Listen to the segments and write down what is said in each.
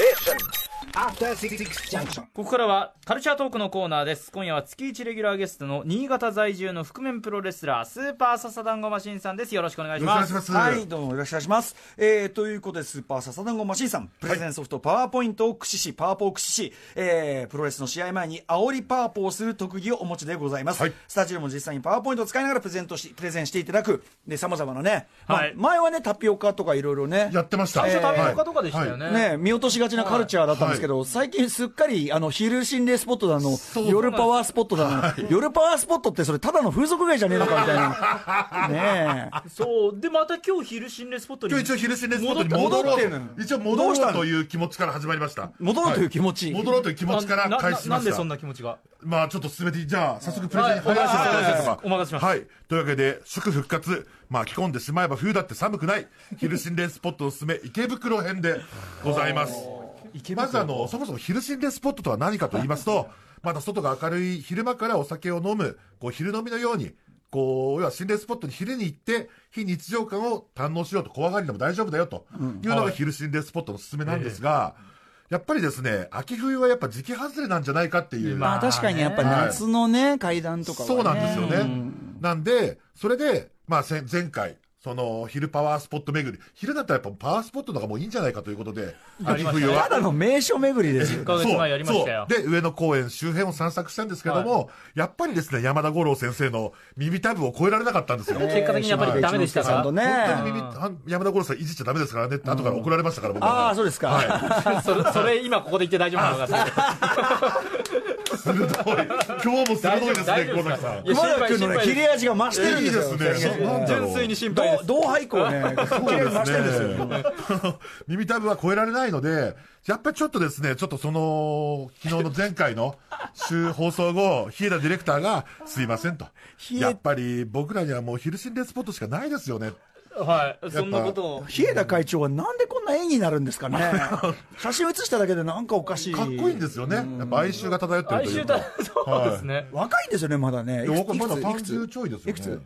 ここからはカルチャートークのコーナーです。今夜は月1レギュラーゲストの新潟在住の覆面プロレスラースーパーササダンゴマシンさんです。よろしくお願いします。 はい、どうもよろしくお願いします。ということでスーパーササダンゴマシンさん、プレゼンソフトパワーポイントを駆使し、パワポを駆使し、プロレスの試合前に煽りパワポをする特技をお持ちでございます。はい、スタジオも実際にパワーポイントを使いながらプレゼンしていただくで、様々なね、はい、前はねタピオカとかいろいろねやってました。 最初タピオカとかでしたよね。 ね、見落としがちなカルチャーだったんですけど、最近すっかり昼心霊スポットだの、夜パワースポットだの、夜パワースポットってそれただの風俗街じゃねえのかみたいなねえ。 そうで、また今日昼心霊スポットに、 今日一応昼心霊スポットに戻ろうという気持ちから始まりました。 戻ろうという気持ち、 戻ろうという気持ちから開始しました。 なんでそんな気持ちが。 まあちょっと進めて、じゃあ早速プレゼンに入らせていただきます。 お任せします。 はい、というわけで祝復活、まあ着込んでしまえば冬だって寒くない昼心霊スポットのおすすめ池袋編でございます。まずそもそも昼心霊スポットとは何かと言いますと、まだ外が明るい昼間からお酒を飲む昼飲みのように、要は心霊スポットに昼に行って非日常感を堪能しようと、怖がりでも大丈夫だよというのが昼心霊スポットのおすすめなんですが、やっぱりですね、秋冬はやっぱ時期外れなんじゃないかっていう。 まあ確かにやっぱ夏のね、階段とかはね。 そうなんですよね。なんで、それで、まあ前回、昼パワースポット巡り、昼だったらやっぱパワースポットの方がもういいんじゃないかということで、秋冬は。 ただの名所巡りですよ。 1ヶ月前やりましたよ。 で、上野公園周辺を散策したんですけども、やっぱりですね、山田五郎先生の耳たぶを超えられなかったんですよ。 結果的にやっぱりダメでしたから。 本当に山田五郎さんいじっちゃダメですからねって後から怒られましたから、僕は。ああ、そうですか。 はい。 それ今ここで言って大丈夫なのか。 鋭い。今日も鋭いですね、熊崎さん。 熊崎君のね、切れ味が増してるんですよ。 いいですね。 純粋に心配です。 同輩降ね、切れ味増してるんですよ。 耳たぶは超えられないので、やっぱりちょっとですね、ちょっと昨日の前回の放送後、日枝ディレクターが、すいませんと。やっぱり僕らにはもう昼心霊スポットしかないですよね。 はい、そんなことを。 日枝会長はなんでこんな絵になるんですかね。写真写しただけでなんかおかしい。 かっこいいんですよね。やっぱ哀愁が漂ってるというか。 そうですね。 若いんですよね、まだね。 僕まだ30ちょいですよね。 いくつ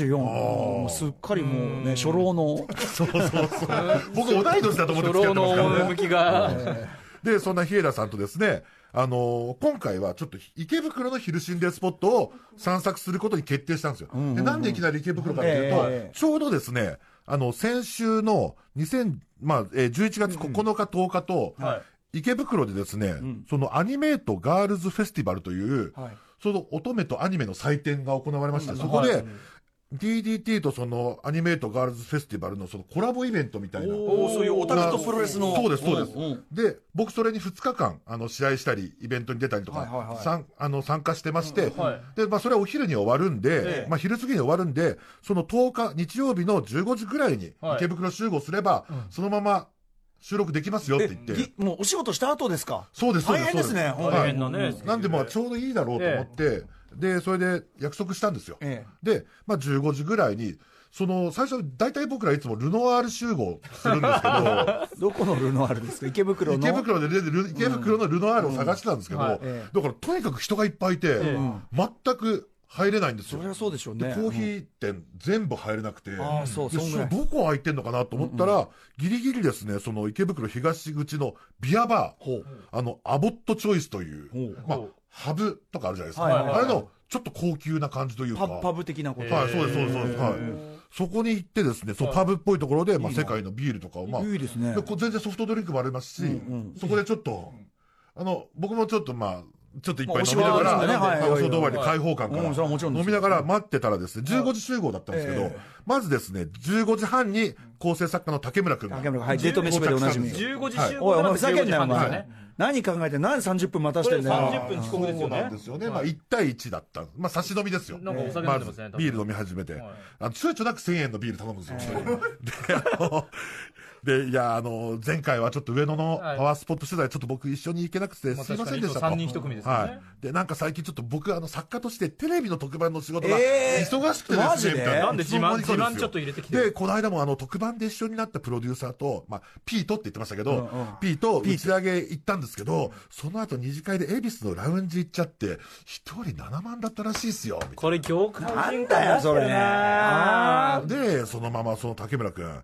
?34。すっかりもうね、初老の。 そう。僕同い年だと思って付き合ってますからね。初老の趣が。 で、そんな日枝さんとですね、今回はちょっと池袋の昼心霊スポットを散策することに決定したんですよ。で、なんでいきなり池袋かっていうと、ちょうどですね、先週の11月9日10日と、池袋でですね、そのアニメートガールズフェスティバルという、その乙女とアニメの祭典が行われまして、そこで、DDT とそのアニメートガールズフェスティバルのそのコラボイベントみたいな。 そういうオタクとプロレスの。 そうです。で、僕それに2日間、試合したり、イベントに出たりとか、参加してまして、で、まあそれはお昼に終わるんで、まあ昼過ぎに終わるんで、その10日、日曜日の15時ぐらいに池袋集合すれば、そのまま収録できますよって言って。 もうお仕事した後ですか？ そうです。 大変ですね。 大変だね。 なんでまあちょうどいいだろうと思って、で、それで約束したんですよ。で、まあ15時ぐらいに、最初、大体僕らいつもルノワール集合するんですけど、 どこのルノワールですか？池袋の。 池袋のルノワールを探してたんですけど、だからとにかく人がいっぱいいて、全く入れないんですよ。 そりゃそうでしょうね。 コーヒー店全部入れなくて、どこ空いてんのかなと思ったら、ギリギリですね、その池袋東口のビアバー、アボットチョイスという、まあ、ハブとかあるじゃないですか。あれの、ちょっと高級な感じというか。 パブ的なこと。 はい、そうです。はい。そこに行ってですね、パブっぽいところで、まあ、世界のビールとかを、まあ、 いいですね。 全然ソフトドリンクもありますし、そこでちょっと、僕もちょっとまあ、ちょっといっぱい飲みながら、外回り開放感から飲みながら待ってたらですね、15時集合だったんですけど、まずですね、15時半に構成作家の竹村くんが。 竹村くん、デート飯部でおなじみ。 15時集合。 おい、お前ふざけんなよ、お前。何考えて、何30分待たしてんだよ。 30分遅刻ですよね。 そうなんですよね。まあ、1対1だった。まあ、差し飲みですよ。 なんかお酒飲んでますね。 ビール飲み始めて。躊躇なく1000円のビール頼むんですよ。で、いや、前回はちょっと上野のパワースポット取材、ちょっと僕一緒に行けなくてすいませんでしたと。 3人1組ですね。はい。 で、なんか最近ちょっと僕、作家としてテレビの特番の仕事が忙しくてですね、みたいな。 なんで自慢ちょっと入れてきて。 で、この間も特番で一緒になったプロデューサーと、まあ、ピートって言ってましたけど、ピート打ち上げ行ったんですけど、その後二次会で恵比寿のラウンジ行っちゃって、一人7万だったらしいっすよ。 これ業界人だよ、それね。 で、そのままその竹村くん、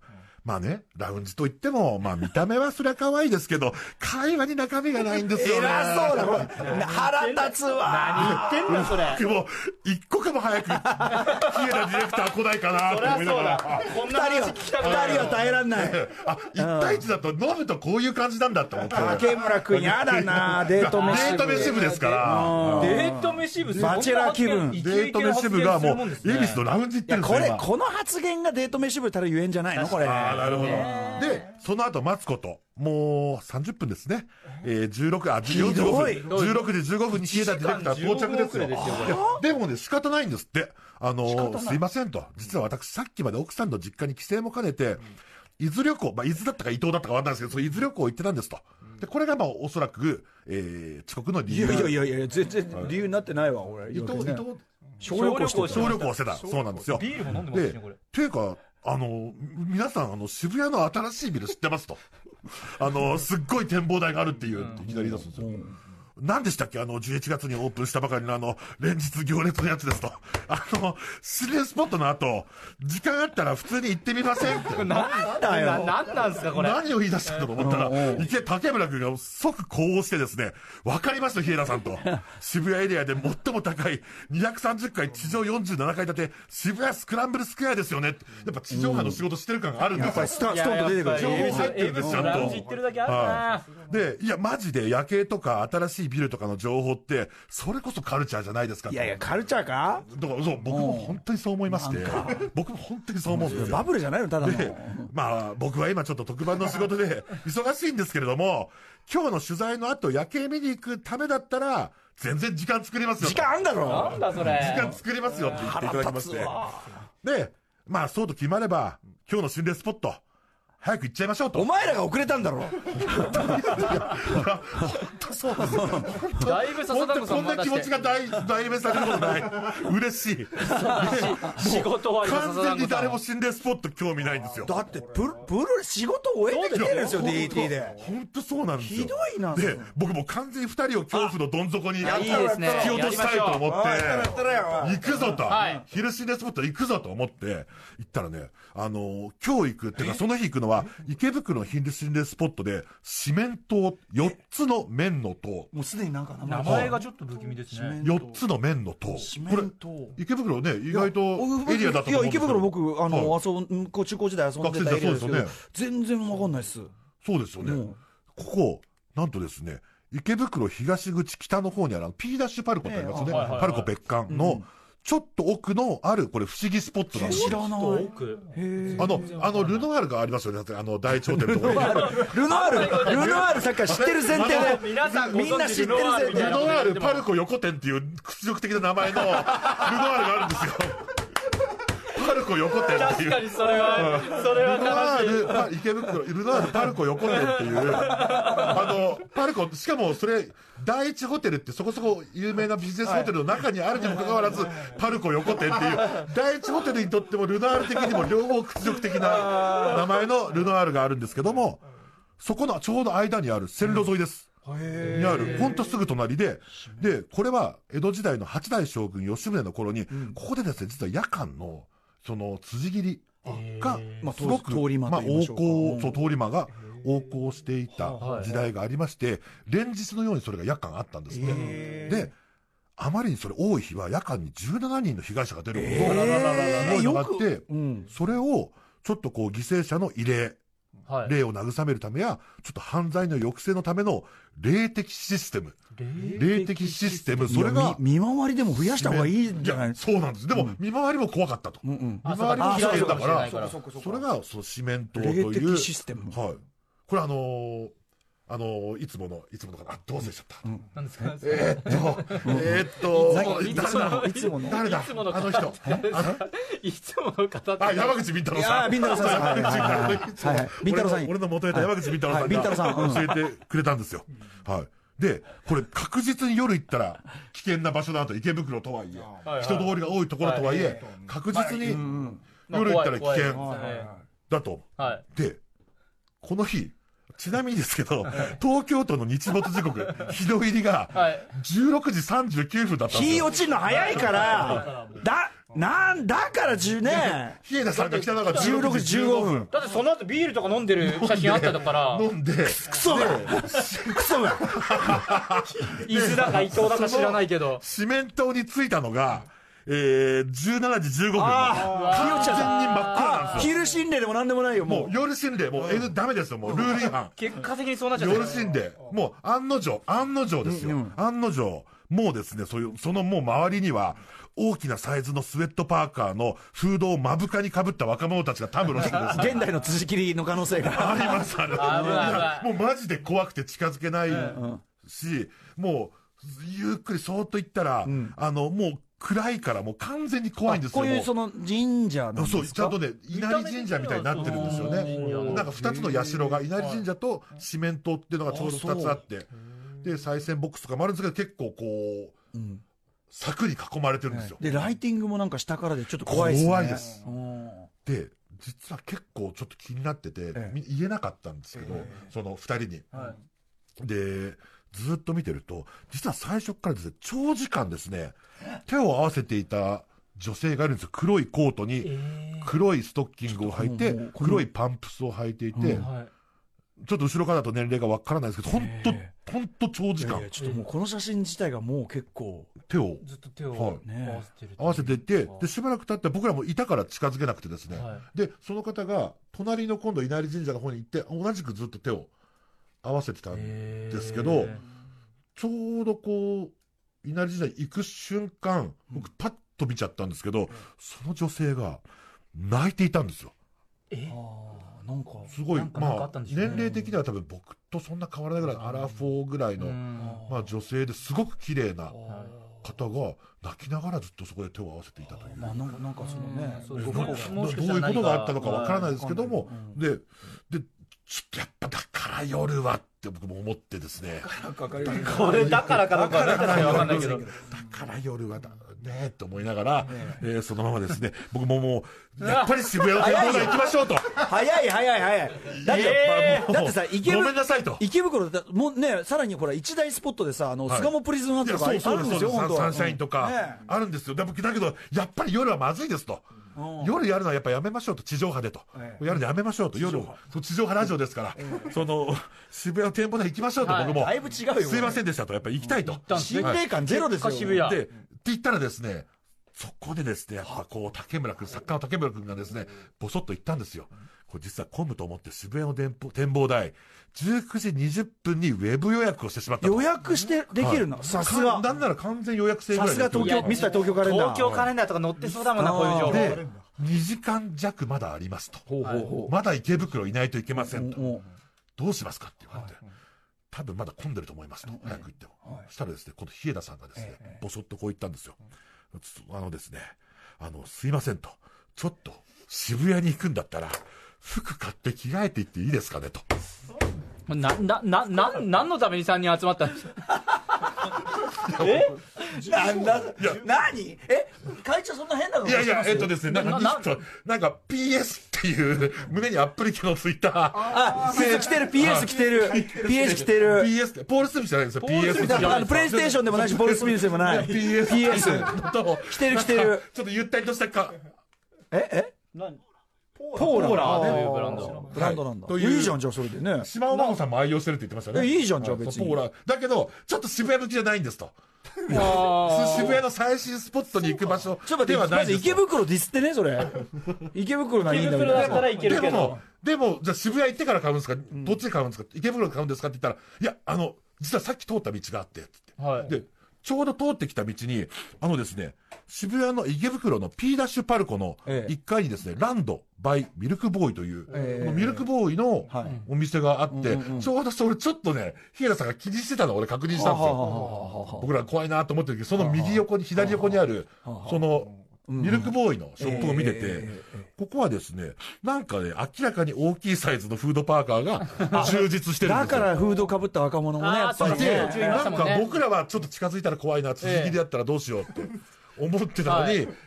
まあね、ラウンジといっても、まあ見た目はそりゃ可愛いですけど、会話に中身がないんですよね。 偉そうだ、これ。腹立つわ。 何言ってんだそれ。 でも、一刻も早く、日枝ディレクター来ないかなって思いながら。 こんな話聞きたくない。 二人は耐えらんない。 1対1だと飲むとこういう感じなんだって思って。 竹村君やだな、デート飯部。 デート飯部ですから。 デート飯部、 バチェラー気分。 デート飯部がもう、恵比寿のラウンジ行ってるんですよ。 この発言がデート飯部たら言えんじゃないのこれ。 ああ、なるほど。で、その後待つこと、もう30分ですね。16時15分に日枝ディレクター到着ですよ。でもね、仕方ないんですって。すいませんと。実は私、さっきまで奥さんの実家に帰省も兼ねて、伊豆旅行、まあ、伊豆だったか伊東だったかわかんないですけど、そう伊豆旅行行ってたんですと。で、これがまあ、おそらく、遅刻の理由。 いや、全然理由になってないわ、俺。 伊東、 小旅行してた。そうなんですよ。 ビールも飲んでますね、これ。 ていうか、皆さん、渋谷の新しいビル知ってますと。すっごい展望台があるっていう、いきなり言い出すんですよ。何でしたっけ11月にオープンしたばかりの連日行列のやつですと。心霊スポットの後、時間あったら普通に行ってみませんって。 なんだよ。 なんなんすか、これ。 何を言い出したんだと思ったら、竹村君が即呼応してですね、わかりました、日枝さんと。渋谷エリアで最も高い230階地上47階建て、渋谷スクランブルスクエアですよね。やっぱ地上波の仕事してる感があるんですよ。 ストンと出てくる。 情報入ってるんですよ、ちゃんと。 ラウンジ行ってるだけあるな。 で、いや、マジで夜景とか新しいビルとかの情報って、それこそカルチャーじゃないですか。 いや、カルチャーかだからそう、僕も本当にそう思いまして、僕も本当にそう思うんですよ。 バブルじゃないの、ただの。 で、まあ、僕は今ちょっと特番の仕事で忙しいんですけれども、今日の取材の後、夜景見に行くためだったら、全然時間作りますよ。 時間あんだろ。 なんだそれ。 時間作りますよって言っていただきまして。で、まあ、そうと決まれば、今日の心霊スポット、早く行っちゃいましょうと。 お前らが遅れたんだろ。 本当そうですよ。 だいぶ笹田さんこんな気持ちが代弁されることない。嬉しい。 仕事終わりの笹田さん。 完全に誰も心霊スポット興味ないんですよ。 だって仕事終えてきてるんですよ、DT で。 本当そうなんですよ。 ひどいな。 で、僕も完全に2人を恐怖のどん底に突いいですねき落としたいと思って、行くぞとはい。 昼心霊スポット行くぞと思って、行ったらね、今日行くっていうか、その日行くのは、池袋の心霊スポットで、四面塔、4つの面の塔。 もうすでになんか名前がちょっと不気味ですね。 4つの面の塔。これ、池袋ね、意外とエリアだと思うんですけど。 いや、池袋僕、中高時代遊んでたエリアですけど、全然わかんないっす。 そうですよね。ここ、なんとですね、池袋東口北の方にあるPダッシュパルコってありますよね。パルコ別館の、ちょっと奥のある、これ不思議スポットなんですよ。 知らない。 ルノワールがありますよね。第一ホテルのところに。 ルノワールさっきから知ってる前提で。 皆さんみんな知ってる前提で。 ルノワールパルコ横店っていう屈辱的な名前のルノワールがあるんですよ。パルコ横店っていう。 確かにそれは悲しい。 ルノワール、池袋、ルノワールパルコ横店っていう、パルコ、しかもそれ、第一ホテルってそこそこ有名なビジネスホテルの中にあるにもかかわらず、パルコ横店っていう、第一ホテルにとってもルノワール的にも両方屈辱的な名前のルノワールがあるんですけども、そこのちょうど間にある線路沿いです。にある、ほんとすぐ隣で、で、これは江戸時代の8代将軍吉宗の頃に、ここでですね、実は夜間の、その辻切りが、すごく、通り魔が横行していた時代がありまして、連日のようにそれが夜間あったんですね。で、あまりにそれ多い日は夜間に17人の被害者が出るほど、すごいのがあって、それをちょっとこう犠牲者の慰霊、霊を慰めるためや、ちょっと犯罪の抑制のための霊的システム。それが。 見回りでも増やした方がいいんじゃない？ そうなんです。でも、見回りも怖かったと。見回りも危険だから、それが、四面塔という。 霊的システム。 はい。これいつもの方、どうせしちゃった。 何ですか？ 誰だ？あの人。 いつもの方って。 山口敏太郎さん。 敏太郎さん。 俺の元ネタ山口敏太郎さんが教えてくれたんですよ。はい。で、これ確実に夜行ったら危険な場所だと、池袋とはいえ、人通りが多いところとはいえ、確実に夜行ったら危険だと。で、この日、ちなみにですけど、東京都の日没時刻、日の入りが16時39分だったんですよ。 日落ちるの早いから、 だから10ね日枝さんが来たのが 16時15分だってその後ビールとか飲んでる写真あったから飲んでクソが伊豆だか伊藤だか知らないけど四面島に着いたのが17時15分完全に真っ暗なんですよ。 昼心霊でもなんでもないよもう夜心霊もうダメですよ。もうルール違反結果的にそうなっちゃった夜心霊もう案の定ですよ。案の定もうですねそのもう周りには大きなサイズのスウェットパーカーのフードを目深にかぶった若者たちがたむろしてですね現代の辻切りの可能性がありますある。もうマジで怖くて近づけないし、もうゆっくりそーっと行ったら、もう暗いからもう完全に怖いんですよ。 こういうその神社なんですか。 そうちゃんとね稲荷神社みたいになってるんですよね。なんか2つの社が稲荷神社と四面塔っていうのがちょうど2つあってで賽銭ボックスとかもあるんですけど結構こう、柵に囲まれてるんですよ。 でライティングもなんか下からでちょっと怖いですね。 怖いです。で実は結構ちょっと気になってて、言えなかったんですけど、その2人に、でずっと見てると実は最初からですね長時間ですね手を合わせていた女性がいるんですよ。黒いコートに黒いストッキングを履いて黒いパンプスを履いていて、ちょっと後ろからだと年齢がわからないですけど本当長時間ちょっともうこの写真自体がもう結構ずっと手を合わせてる、 合わせていてでしばらく経って僕らもいたから近づけなくてですね、でその方が隣の今度稲荷神社の方に行って同じくずっと手を合わせてたんですけど、ちょうどこう稲荷神社に行く瞬間僕パッと見ちゃったんですけど、その女性が泣いていたんですよ。 なんかすごい年齢的には多分僕とそんな変わらないぐらいアラフォーぐらいの女性ですごく綺麗な方が泣きながらずっとそこで手を合わせていたという。 なんかそのねどういうことがあったのかわからないですけども、でちょっとやっぱだから夜はって僕も思ってですね。 これだからかどうかわかんないけど、 だから夜はだねって思いながら、そのままですね僕ももうやっぱり渋谷の展望台行きましょうと。 早いだってさごめんなさいと。 池袋だもうねさらにほら一大スポットでさ巣鴨プリズンハートとかあるんですよ。 サンシャインとかあるんですよ。だけどやっぱり夜はまずいですと。夜やるのはやっぱやめましょうと。地上波でとやるのやめましょうと。夜地上波ラジオですからその渋谷の店舗で行きましょうと。僕もだいぶ違うよすいませんでしたと。やっぱ行きたいと。 心霊感ゼロですよ渋谷でって言ったらですねそこでですねやっぱこう竹村君作家の竹村君がですねボソッと言ったんですよ。これ実は混むと思って渋谷の展望台19時20分にウェブ予約をしてしまったと。 予約してできるのさすが。 なんなら完全予約制ぐらい。 さすが東京ミスター東京カレンダー。 東京カレンダーとか載ってそうだもんなこういう情報で2時間弱まだありますと。まだ池袋いないといけませんと。どうしますかって言われて、多分まだ混んでると思いますと。早く行っても。そしたらですね今度日枝さんがですねボソッとこう言ったんですよ。ですねすいませんと。ちょっと渋谷に行くんだったら服買って着替えていっていいですかねと。 何のために3人集まったんですか。 何会長そんな変なの。 いやですねなんか PS っていう胸にアップリケのついた着てる PS 着てる PS 着てる PS ってポール・スミスじゃないんですよ。PS プレイステーションでもないしポール・スミスでもない PS と着てるちょっとゆったりとしたかポーラというブランドなんだ。いいじゃんじゃあそれでね。 島尾真帆さんも愛用してるって言ってましたね。 いいじゃんじゃあ別に。 ポーラだけどちょっと渋谷向きじゃないんですと。渋谷の最新スポットに行く場所ではないんです。 まず池袋ディスってねそれ。池袋がいいんだけど。 池袋だったら行けるけど。 でもじゃあ渋谷行ってから買うんですか。どっちで買うんですか。池袋で買うんですかって言ったらいや実はさっき通った道があってでちょうど通ってきた道にですね渋谷の池袋の P ダッシュパルコの1階にですね、ランドバイミルクボーイという、ミルクボーイのお店があって、ちょうどそれちょっとね日枝さんが気にしてたのを俺確認したんですよ。僕ら怖いなと思ってるけどその右横に左横にあるそのミルクボーイのショップを見てて、ここはですねなんかね明らかに大きいサイズのフードパーカーが充実してるんですよ。 だからフードかぶった若者もねやっぱりね。 なんか僕らはちょっと近づいたら怖いな辻切りだったらどうしようって思ってたのに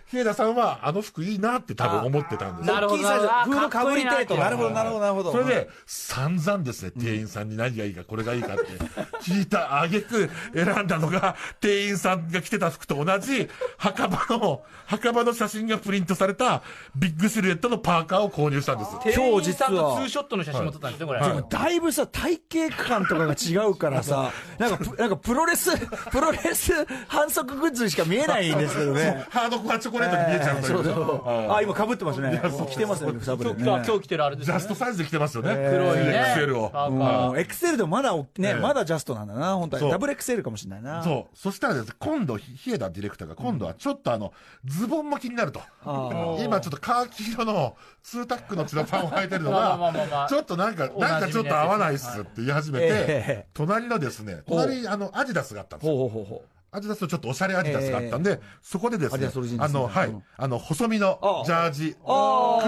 日枝さんはあの服いいなって多分思ってたんですよ。 なるほど。 大きいサイズフードかぶりたいと。なるほどなるほどなるほど。 それで散々ですね、店員さんに何がいいかこれがいいかって聞いた挙句選んだのが、店員さんが着てた服と同じ墓場の写真がプリントされたビッグシルエットのパーカーを購入したんです。 今日実はツーショットの写真も撮ったんですね、これ。 でもだいぶさ体型感とかが違うからさなんかプロレス反則グッズにしか見えないんですけどね。 ハードコアチョコレートに見えちゃうんだけど、 あ今被ってますね。着てますねサブレね。 今日着てるあれですね。 ジャストサイズで着てますよね、 黒いね XL を。 エクセルでもまだねまだジャストなんだな本当は。ダブルエクセルかもしれないな。 そしたらですね、今度日枝ディレクターが今度はちょっとズボンも気になると。今ちょっとカーキ色のツータックのチノパンを履いてるのがちょっとなんかちょっと合わないっすって言い始めて、隣のですねアディダスがあったんですよ。アディダスのちょっとおしゃれアディダスがあったんで、そこでですね細身のジャージ、黒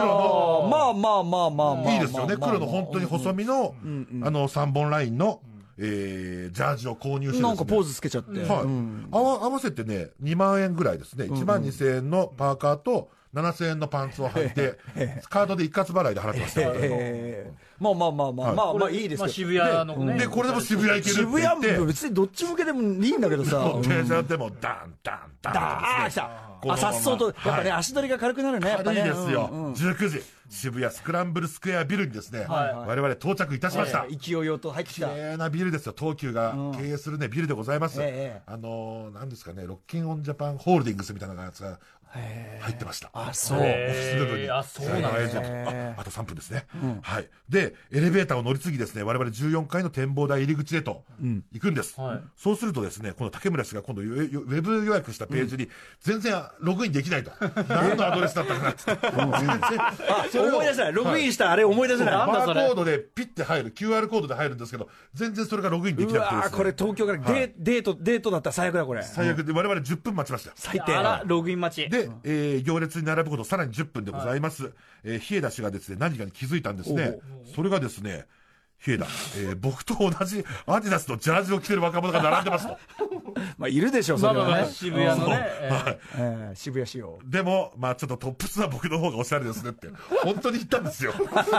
のいいですよね、黒の本当に細身の3本ラインのジャージを購入してですね、 なんかポーズつけちゃって、 合わせてね2万円ぐらいですね。1万2000円のパーカーと7000円のパンツを履いてカードで一括払いで払ってました。 まあいいですけど、 渋谷のね。 でこれでも渋谷行けるって渋言って、 谷別にどっち向けでもいいんだけどさ、 電車でもダンダンダンダーッ来た。さっそうとやっぱね足取りが軽くなるね。やっぱね。 軽いですよ。19時渋谷スクランブルスクエアビルにですね我々到着いたしました。 勢いよと入ってきた綺麗なビルですよ。東急が経営するねビルでございます。なんですかね、ロッキンオンジャパンホールディングスみたいなやつが入ってました。 そう。 オフィス部分に。 あと3分ですね。はい。でエレベーターを乗り継ぎですね、我々14階の展望台入り口へと行くんです。そうするとですね、今度竹村氏が今度ウェブ予約したページに全然ログインできないと。何のアドレスだったかなって思い出せない。ログインしたあれ思い出せない。 バーコードでピッて入る QR コードで入るんですけど、全然それがログインできなくてですね。 これ東京からデートだったら最悪だこれ。 最悪で我々10分待ちました。 最低。 ログイン待ちで、行列に並ぶことさらに10分でございます。日枝氏がですね何かに気づいたんですね。それがですね、日枝、僕と同じアディダスのジャージを着てる若者が並んでますと。 まあいるでしょうそれはね。 渋谷のね。 渋谷仕様。 でもまあちょっとトップスは僕の方がおしゃれですねって本当に言ったんですよ。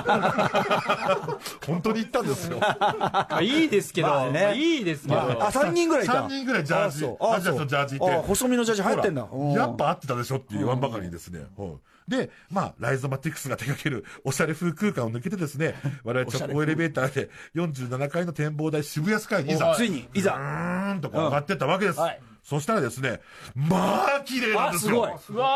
本当に言ったんですよ。 いいですけどね。いいですけど。 3人ぐらいいた。 3人ぐらいジャージ、アディダスのジャージいて、 細身のジャージ入ってんだ。 やっぱ合ってたでしょって言わんばかりにですね。で、ライゾマティクスが手掛けるおしゃれ風空間を抜けてですね、我々直行エレベーターで47階の展望台渋谷スカイについにいざーんとか上がってったわけです。そしたらですね、まあ綺麗なんですよ。 すごい。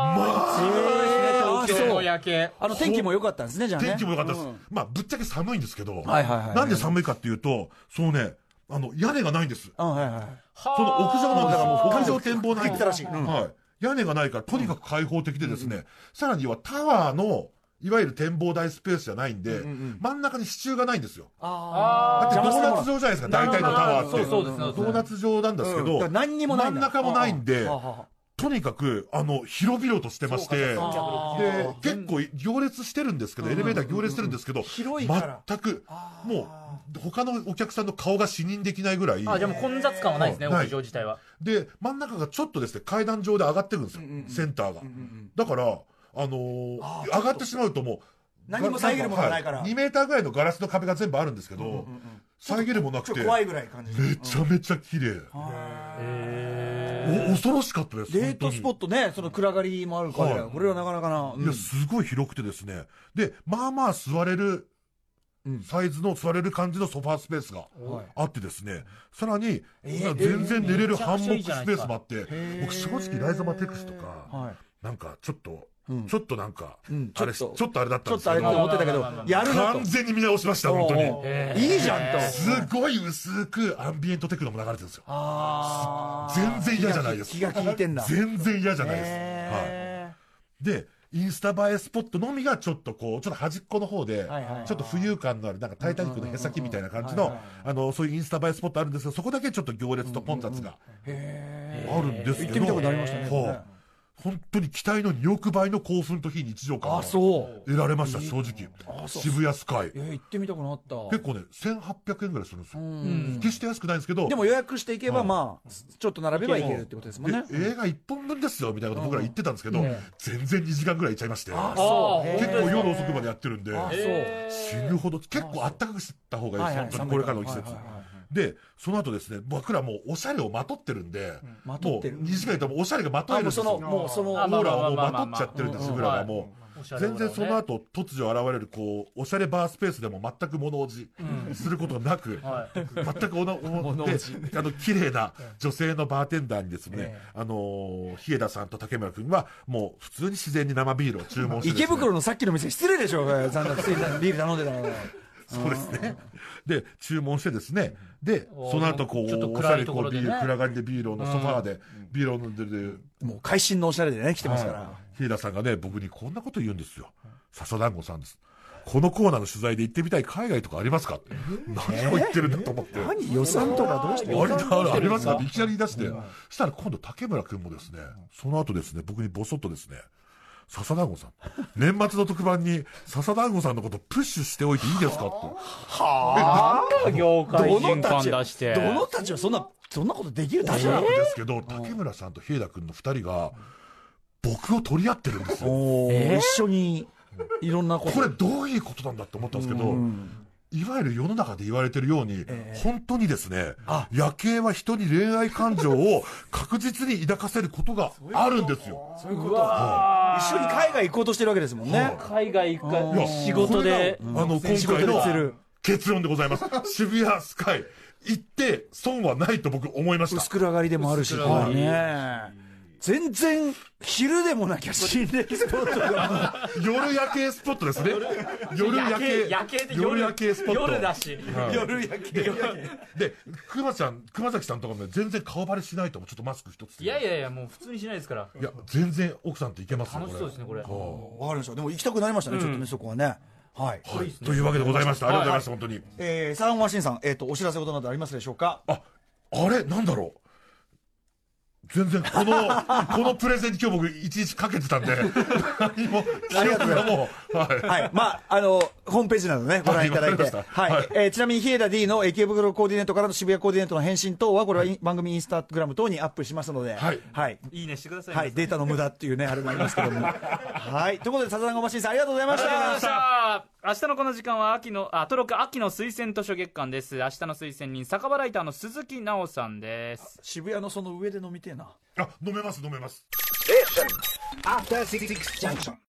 東京の夜景。 天気も良かったんですね、じゃあね。 天気も良かったです。ぶっちゃけ寒いんですけど、なんで寒いかっていうと、そうね、屋根がないんです。その屋上の屋上展望台行ったらしい。屋根がないからとにかく開放的でですね、さらにはタワーのいわゆる展望台スペースじゃないんで、真ん中に支柱がないんですよ。だってドーナツ状じゃないですか、大体のタワーって。ドーナツ状なんですけど、真ん中もないんで、とにかく広々としてまして、で結構行列してるんですけど、エレベーター行列してるんですけど、全くもう他のお客さんの顔が視認できないぐらい。 じゃあもう混雑感はないですね、屋上自体は。 で真ん中がちょっとですね階段状で上がってるんですよ、センターが。だから上がってしまうともう何も遮るものがないから 2メーターぐらいのガラスの壁が全部あるんですけど、遮るもなくて怖いぐらい感じ。 めちゃめちゃ綺麗。恐ろしかったです。 デートスポットね、その暗がりもあるから、これはなかなかな。 いやすごい広くてですね、で座れるサイズの座れる感じのソファースペースがあってですね、さらに全然寝れるハンモックスペースもあって、僕正直ライゾマテクスとかなんかちょっとなんかちょっとあれだったんですけど、 ちょっとあれと思ってたけど、やるなと完全に見直しました本当に。 いいじゃんと。 すごい薄くアンビエントテクノも流れてるんですよ。全然嫌じゃないです。 気が利いてんだ。 全然嫌じゃないです。でインスタ映えスポットのみがちょっとちょっと端っこの方でちょっと浮遊感のあるなんかタイタニックのへさきみたいな感じのそういうインスタ映えスポットあるんですけど、そこだけちょっと行列と混雑があるんですけど、 行ってみたくなりましたね。 本当に期待の2億倍の興奮と非日常感が得られました、正直。渋谷スカイ。 行ってみたくなった。 結構ね、1800円ぐらいするんですよ。決して安くないんですけど。 でも予約していけば、まあ、ちょっと並べばいけるってことですもんね。 映画1本分ですよ、みたいなこと僕ら言ってたんですけど、全然2時間ぐらいいっちゃいまして。結構夜遅くまでやってるんで、死ぬほど、結構あったかくした方がいいです、本当にこれからの季節。で、その後ですね、僕らもうおしゃれをまとってるんで、もう2時間いたらおしゃれがまとえるんですよ。 もうそのオーラをもうまとっちゃってるんです、僕らはもう。全然その後突如現れるこうおしゃれバースペースでも全く物おじすることなく、全く綺麗な女性のバーテンダーにですね、日枝さんと竹村君はもう普通に自然に生ビールを注文して、 池袋のさっきの店失礼でしょ、ビール頼んでたの。 そうですね。で、注文してですね、で、その後こう、おしゃれこうビール、暗がりでビールのソファーでビールを飲んでる。 もう会心のおしゃれでね、来てますから。 日枝さんがね、僕にこんなこと言うんですよ。笹団子さんです。このコーナーの取材で行ってみたい海外とかありますかって。何を言ってるんだと思って。 何予算とかどうしてありますかっていきなり言い出して。そしたら今度竹村君もですね、その後ですね、僕にボソッとですね、笹団子さん、年末の特番に笹団子さんのことプッシュしておいていいですかって。 はあ、業界人感出して。 どのたちはそんなことできる立場なんですけど、竹村さんと日枝君の2人が僕を取り合ってるんですよ。 一緒にいろんなこと。 これどういうことなんだって思ったんですけど、いわゆる世の中で言われてるように、本当にですね、夜景は人に恋愛感情を確実に抱かせることがあるんですよ。 そういうこと。一緒に海外行こうとしてるわけですもんね。 海外行くか、仕事で。 今回の結論でございます。渋谷スカイ、行って損はないと僕思いました。 薄暗がりでもあるし。全然昼でもなきゃ心霊スポットが夜夜景スポットですね。夜夜景スポット。 夜だし。 夜夜景。 で、熊崎さんとかもね、全然顔バレしないと思う。ちょっとマスク一つ。 いや、もう普通にしないですから。 いや、全然奥さんといけますよ。 楽しそうですね、これ。 わかりました。でも行きたくなりましたね、ちょっとね、そこはね。はい。 というわけでございました。ありがとうございました、本当に。 サランマシンさん、お知らせことなどありますでしょうか。 あれなんだろう。全然このプレゼンに今日僕いちいちかけてたんで何もありがとうございます。はい、まあホームページなどねご覧いただいて、はい、ちなみに日枝 D の池袋コーディネートからの渋谷コーディネートの返信等はこれは番組インスタグラム等にアップしますので、はい、 いいねしてください。 はい、データの無駄っていうねあれもありますけども、はい、ということで笹団子マシンさんありがとうございました。 明日のこの時間は秋の推薦図書月間です。明日の推薦人酒場ライターの鈴木直さんです。 渋谷のその上で飲みてえな。 飲めます。